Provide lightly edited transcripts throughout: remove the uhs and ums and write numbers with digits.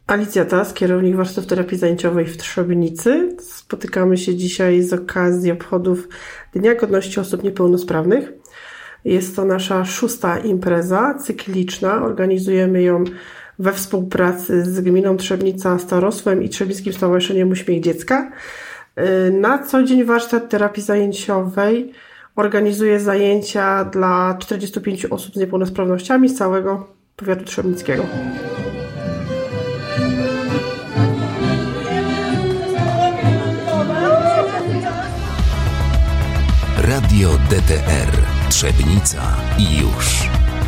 Alicja Tas, kierownik warsztatów terapii zajęciowej w Trzebnicy. Spotykamy się dzisiaj z okazji obchodów Dnia Godności Osób Niepełnosprawnych. Jest to nasza 6. impreza cykliczna. Organizujemy ją we współpracy z Gminą Trzebnica, Starostwem i Trzebnickim Stowarzyszeniem Uśmiech Dziecka. Na co dzień warsztat terapii zajęciowej organizuje zajęcia dla 45 osób z niepełnosprawnościami z całego powiatu trzebnickiego. Radio DTR Trzebnica i już.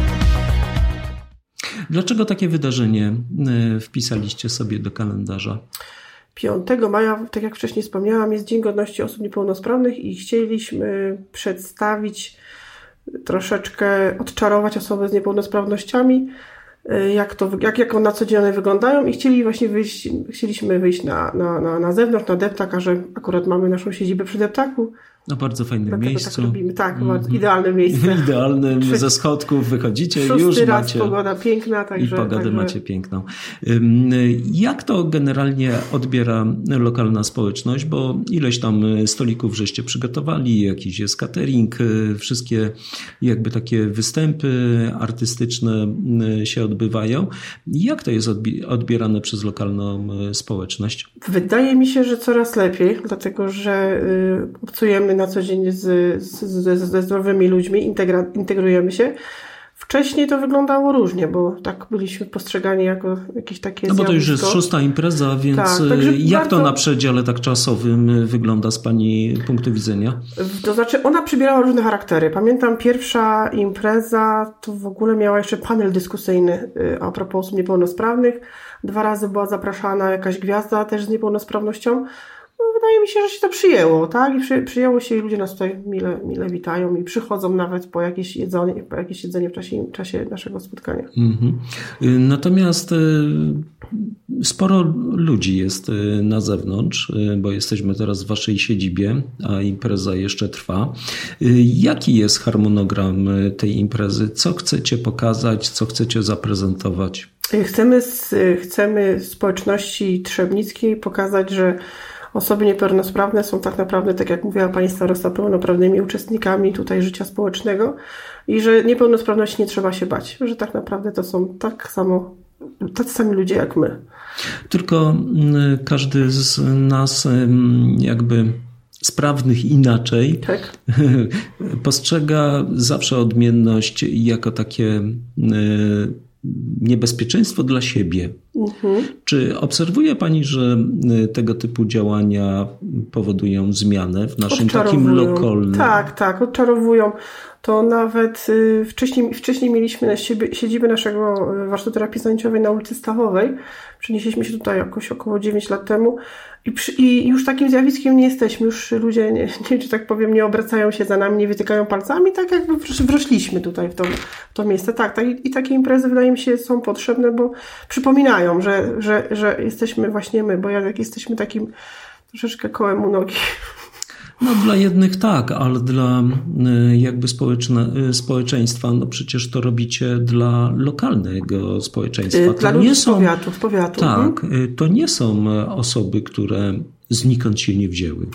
Dlaczego takie wydarzenie wpisaliście sobie do kalendarza? 5 maja, tak jak wcześniej wspomniałam, jest Dzień Godności Osób Niepełnosprawnych i chcieliśmy przedstawić, troszeczkę odczarować osoby z niepełnosprawnościami, jak na co dzień one wyglądają i chcieliśmy wyjść na zewnątrz, na deptak, a że akurat mamy naszą siedzibę przy deptaku. Na bardzo fajnym miejscu. Tak robimy. Tak, idealne miejsce. Idealnym, ze schodków wychodzicie i już raz macie... pogoda piękna. Pogodę macie piękną. Jak to generalnie odbiera lokalna społeczność? Bo ileś tam stolików żeście przygotowali, jakiś jest catering, wszystkie jakby takie występy artystyczne się odbywają. Jak to jest odbierane przez lokalną społeczność? Wydaje mi się, że coraz lepiej, dlatego że obcujemy na co dzień ze zdrowymi ludźmi, integrujemy się. Wcześniej to wyglądało różnie, bo tak byliśmy postrzegani jako jakieś takie zjawisko. Bo to już jest 6. impreza, więc tak, jak to na przedziale tak czasowym wygląda z Pani punktu widzenia? To znaczy ona przybierała różne charaktery. Pamiętam pierwsza impreza to w ogóle miała jeszcze panel dyskusyjny a propos osób niepełnosprawnych. 2 razy była zapraszana jakaś gwiazda też z niepełnosprawnością. No, wydaje mi się, że się to przyjęło, tak? I przyjęło się i ludzie nas tutaj mile witają i przychodzą nawet po jakieś jedzenie w czasie naszego spotkania. Mm-hmm. Natomiast sporo ludzi jest na zewnątrz, bo jesteśmy teraz w waszej siedzibie, a impreza jeszcze trwa. Jaki jest harmonogram tej imprezy? Co chcecie pokazać? Co chcecie zaprezentować? Chcemy społeczności trzebnickiej pokazać, że osoby niepełnosprawne są tak naprawdę, tak jak mówiła pani starosta, pełnoprawnymi uczestnikami tutaj życia społecznego i że niepełnosprawności nie trzeba się bać, że tak naprawdę to są tacy sami ludzie jak my. Tylko każdy z nas jakby sprawnych inaczej tak. postrzega zawsze odmienność jako takie niebezpieczeństwo dla siebie. Mhm. Czy obserwuje Pani, że tego typu działania powodują zmianę w naszym takim lokalnym... Tak, odczarowują. To nawet wcześniej mieliśmy siedzibę naszego warsztatu terapii zajęciowej na ulicy Stawowej. Przenieśliśmy się tutaj jakoś około 9 lat temu i już takim zjawiskiem nie jesteśmy. Już ludzie, że tak powiem, nie obracają się za nami, nie wytykają palcami, tak jakby wrośliśmy tutaj w to miejsce. Tak, i takie imprezy wydaje mi się są potrzebne, bo przypominają, że jesteśmy właśnie my, bo jak jesteśmy takim troszeczkę kołem u nogi. No dla jednych tak, ale dla jakby społeczeństwa, no przecież to robicie dla lokalnego społeczeństwa. Dla ludzi z powiatu. Tak, to nie są osoby, które znikąd się nie wzięły.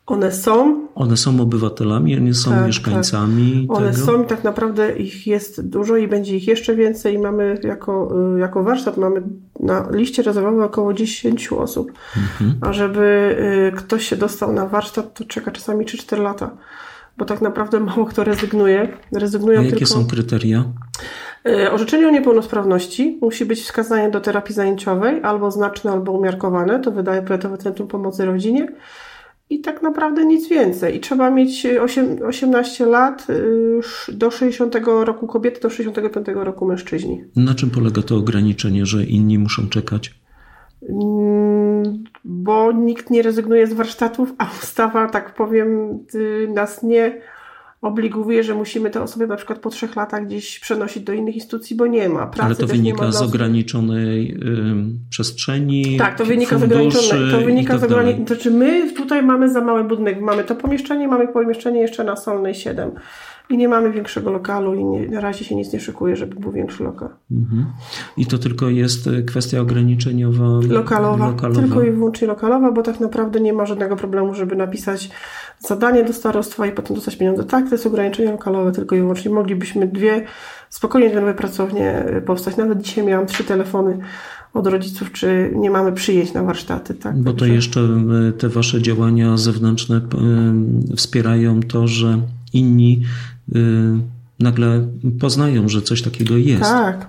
One są obywatelami, one są mieszkańcami tak. One tego. są i tak naprawdę ich jest dużo i będzie ich jeszcze więcej i mamy jako warsztat mamy na liście rezerwowej około 10 osób. Mhm. A żeby ktoś się dostał na warsztat, to czeka czasami 3-4 lata, bo tak naprawdę mało kto rezygnuje. A jakie są kryteria? Orzeczenie o niepełnosprawności musi być wskazanie do terapii zajęciowej albo znaczne, albo umiarkowane. To wydaje Powiatowe Centrum Pomocy Rodzinie. I tak naprawdę nic więcej. I trzeba mieć 18 lat, do 60 roku kobiety, do 65 roku mężczyźni. Na czym polega to ograniczenie, że inni muszą czekać? Bo nikt nie rezygnuje z warsztatów, a ustawa, tak powiem, nas nie obliguje, że musimy te osoby na przykład po 3 latach gdzieś przenosić do innych instytucji, bo nie ma. Pracy ale to wynika z ograniczonej przestrzeni. Tak, to wynika z ograniczonej. Znaczy my tutaj mamy za mały budynek. Mamy to pomieszczenie, mamy pomieszczenie jeszcze na Solnej 7. I nie mamy większego lokalu i na razie się nic nie szykuje, żeby był większy lokal. I to tylko jest kwestia ograniczeniowa? Lokalowa. Tylko i wyłącznie lokalowa, bo tak naprawdę nie ma żadnego problemu, żeby napisać zadanie do starostwa i potem dostać pieniądze. Tak, to jest ograniczenie lokalowe tylko i wyłącznie. Moglibyśmy spokojnie dwie nowe pracownie powstać. Nawet dzisiaj miałam 3 telefony od rodziców, czy nie mamy przyjeść na warsztaty. Tak? Bo to jeszcze te wasze działania zewnętrzne wspierają to, że inni nagle poznają, że coś takiego jest.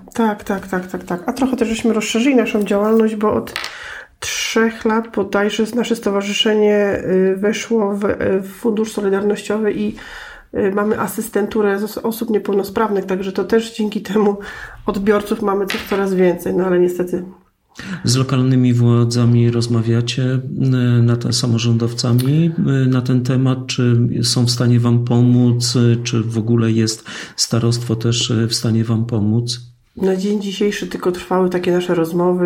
Tak. A trochę też żeśmy rozszerzyli naszą działalność, bo od 3 lat bodajże nasze stowarzyszenie weszło w Fundusz Solidarnościowy i mamy asystenturę osób niepełnosprawnych, także to też dzięki temu odbiorców mamy coraz więcej, no ale niestety. Z lokalnymi władzami rozmawiacie, samorządowcami na ten temat, czy są w stanie wam pomóc, czy w ogóle jest starostwo też w stanie wam pomóc? Na dzień dzisiejszy tylko trwały takie nasze rozmowy,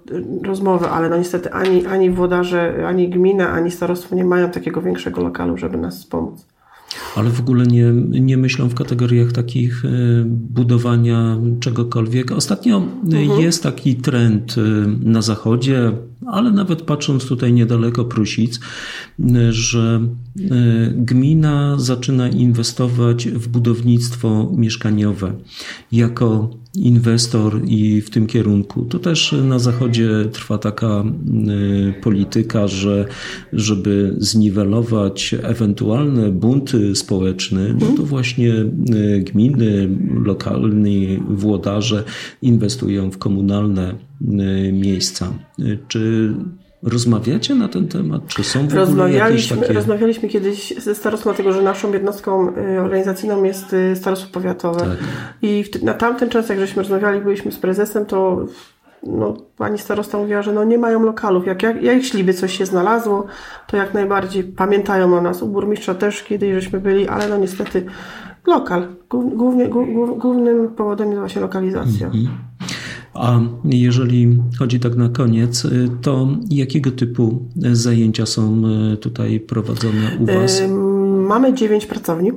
ale niestety ani włodarze, ani gmina, ani starostwo nie mają takiego większego lokalu, żeby nas wspomóc. Ale w ogóle nie myślą w kategoriach takich budowania czegokolwiek. Ostatnio jest taki trend na zachodzie, ale nawet patrząc tutaj niedaleko Prusic, że gmina zaczyna inwestować w budownictwo mieszkaniowe jako inwestor i w tym kierunku. To też na zachodzie trwa taka polityka, żeby zniwelować ewentualne bunty społeczne, no to właśnie gminy, lokalni włodarze inwestują w komunalne miejsca. Czy rozmawiacie na ten temat? Czy są w ogóle jakieś takie... Rozmawialiśmy kiedyś ze starostwem, dlatego że naszą jednostką organizacyjną jest starostwo powiatowe. Tak. I na tamten czas, jak żeśmy rozmawiali, byliśmy z prezesem, to pani starosta mówiła, że nie mają lokalów. Jak śliby coś się znalazło, to jak najbardziej pamiętają o nas. U burmistrza też kiedyś żeśmy byli, ale niestety lokal. Głównym powodem jest właśnie lokalizacja. A jeżeli chodzi tak na koniec, to jakiego typu zajęcia są tutaj prowadzone u was? Mamy 9 pracowni.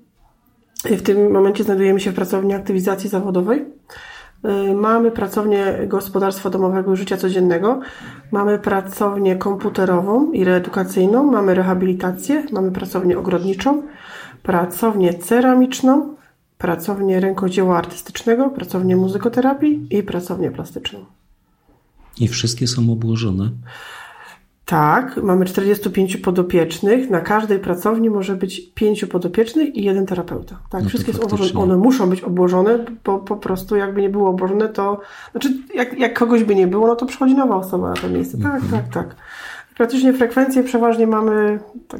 W tym momencie znajdujemy się w pracowni aktywizacji zawodowej. Mamy pracownię gospodarstwa domowego i życia codziennego. Mamy pracownię komputerową i reedukacyjną. Mamy rehabilitację. Mamy pracownię ogrodniczą. Pracownię ceramiczną. Pracownię rękodzieła artystycznego, pracownię muzykoterapii i pracownię plastyczną. I wszystkie są obłożone? Tak, mamy 45 podopiecznych. Na każdej pracowni może być 5 podopiecznych i 1 terapeuta. Tak, wszystkie są obłożone. One muszą być obłożone, bo po prostu jakby nie było obłożone, to... Znaczy, jak kogoś by nie było, to przychodzi nowa osoba na to miejsce. Tak. Praktycznie frekwencję przeważnie mamy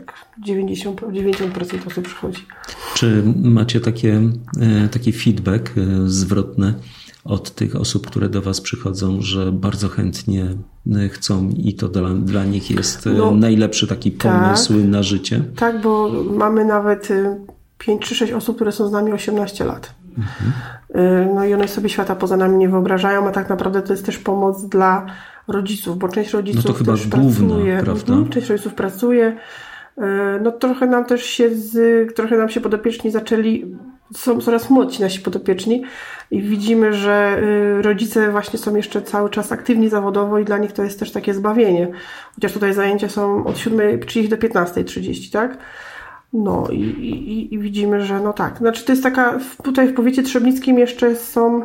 90% osób przychodzi. Czy macie taki feedback zwrotny od tych osób, które do was przychodzą, że bardzo chętnie chcą i to dla nich jest najlepszy taki pomysł na życie? Tak, bo mamy nawet 5 czy 6 osób, które są z nami 18 lat. I one sobie świata poza nami nie wyobrażają, a tak naprawdę to jest też pomoc dla rodziców, bo część rodziców to chyba też główna, pracuje. Prawda? Część rodziców pracuje. Trochę nam się podopieczni są coraz młodsi nasi podopieczni i widzimy, że rodzice właśnie są jeszcze cały czas aktywni zawodowo i dla nich to jest też takie zbawienie. Chociaż tutaj zajęcia są od 7:30 do 15:30, tak? I widzimy, że tak. Znaczy to jest taka, tutaj w powiecie trzebnickim jeszcze są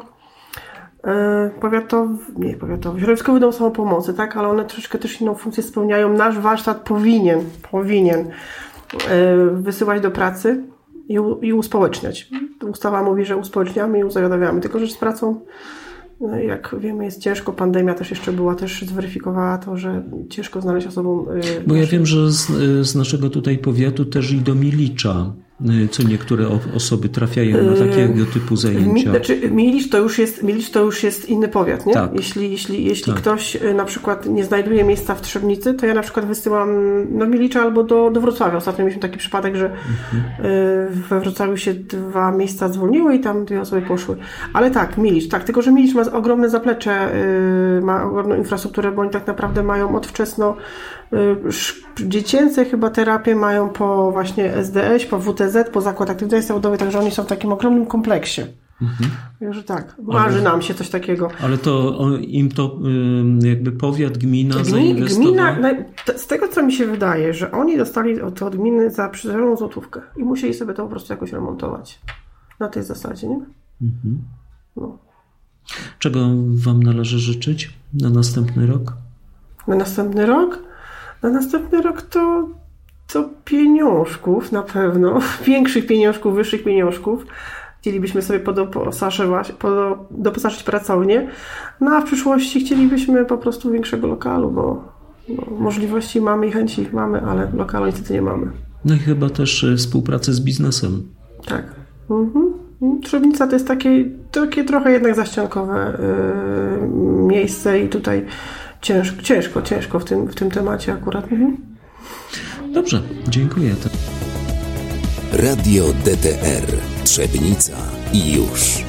środowiskowy dom samopomocy, tak? Ale one troszkę też inną funkcję spełniają. Nasz warsztat powinien wysyłać do pracy i uspołeczniać. Ustawa mówi, że uspołeczniamy i uzawiadamiamy, tylko że z pracą, jak wiemy, jest ciężko. Pandemia też jeszcze zweryfikowała to, że ciężko znaleźć osobom... Bo ja wiem, że z naszego tutaj powiatu też i do Milicza co niektóre osoby trafiają na takiego typu zajęcia. Milicz to już jest inny powiat, nie? Tak. Jeśli ktoś na przykład nie znajduje miejsca w Trzebnicy, to ja na przykład wysyłam do Milicza albo do Wrocławia. Ostatnio mieliśmy taki przypadek, że we Wrocławiu się 2 miejsca zwolniły i tam 2 osoby poszły. Ale tak, Milicz, tylko że Milicz ma ogromne zaplecze, ma ogromną infrastrukturę, bo oni tak naprawdę mają od wczesno dziecięce chyba terapie mają po właśnie SDS, po WTZ, PTZ, po Zakład Aktywności Zawodowej, także oni są w takim ogromnym kompleksie. Także tak, marzy nam się coś takiego. Ale to im to jakby powiat, gmina zainwestowała? Z tego, co mi się wydaje, że oni dostali od gminy za przyzwoitą złotówkę i musieli sobie to po prostu jakoś remontować. Na tej zasadzie, nie? No. Czego wam należy życzyć na następny rok? Na następny rok? Na następny rok to pieniążków na pewno. Większych pieniążków, wyższych pieniążków. Chcielibyśmy sobie doposażyć pracownię. No a w przyszłości chcielibyśmy po prostu większego lokalu, bo możliwości mamy i chęci mamy, ale lokalu niestety nie mamy. No i chyba też współpracę z biznesem. Tak. Trzebnica to jest takie trochę jednak zaściankowe miejsce i tutaj ciężko w tym temacie akurat. Dobrze, dziękuję. Radio DTR Trzebnica i już.